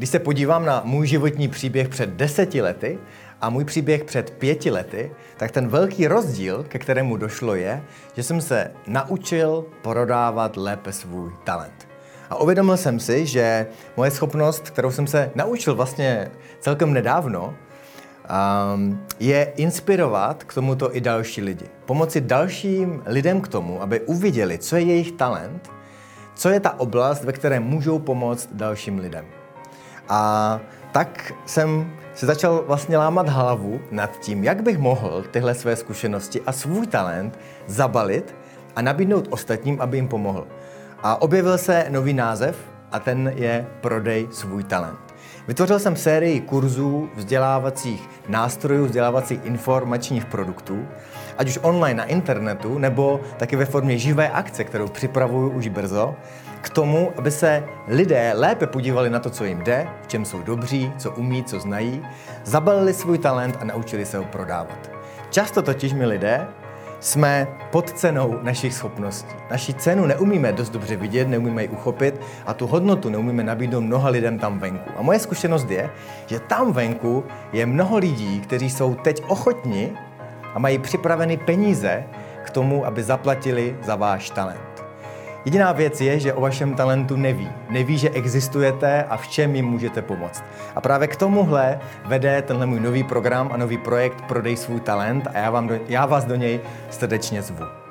Když se podívám na můj životní příběh před 10 lety a můj příběh před 5 lety, tak ten velký rozdíl, ke kterému došlo, je, že jsem se naučil prodávat lépe svůj talent. A uvědomil jsem si, že moje schopnost, kterou jsem se naučil vlastně celkem nedávno, je inspirovat k tomuto i další lidi. Pomoci dalším lidem k tomu, aby uviděli, co je jejich talent, co je ta oblast, ve které můžou pomoct dalším lidem. A tak jsem si začal vlastně lámat hlavu nad tím, jak bych mohl tyhle své zkušenosti a svůj talent zabalit a nabídnout ostatním, aby jim pomohl. A objevil se nový název a ten je Prodej svůj talent. Vytvořil jsem sérii kurzů, vzdělávacích nástrojů, vzdělávacích informačních produktů, ať už online na internetu, nebo taky ve formě živé akce, kterou připravuju už brzo, k tomu, aby se lidé lépe podívali na to, co jim jde, v čem jsou dobří, co umí, co znají, zabalili svůj talent a naučili se ho prodávat. Často totiž my lidé jsme pod cenou našich schopností. Naši cenu neumíme dost dobře vidět, neumíme ji uchopit a tu hodnotu neumíme nabídnout mnoha lidem tam venku. A moje zkušenost je, že tam venku je mnoho lidí, kteří jsou teď ochotni a mají připraveny peníze k tomu, aby zaplatili za váš talent. Jediná věc je, že o vašem talentu neví. Neví, že existujete a v čem jim můžete pomoct. A právě k tomuhle vede tenhle můj nový program a nový projekt Prodej svůj talent a já vás do něj srdečně zvu.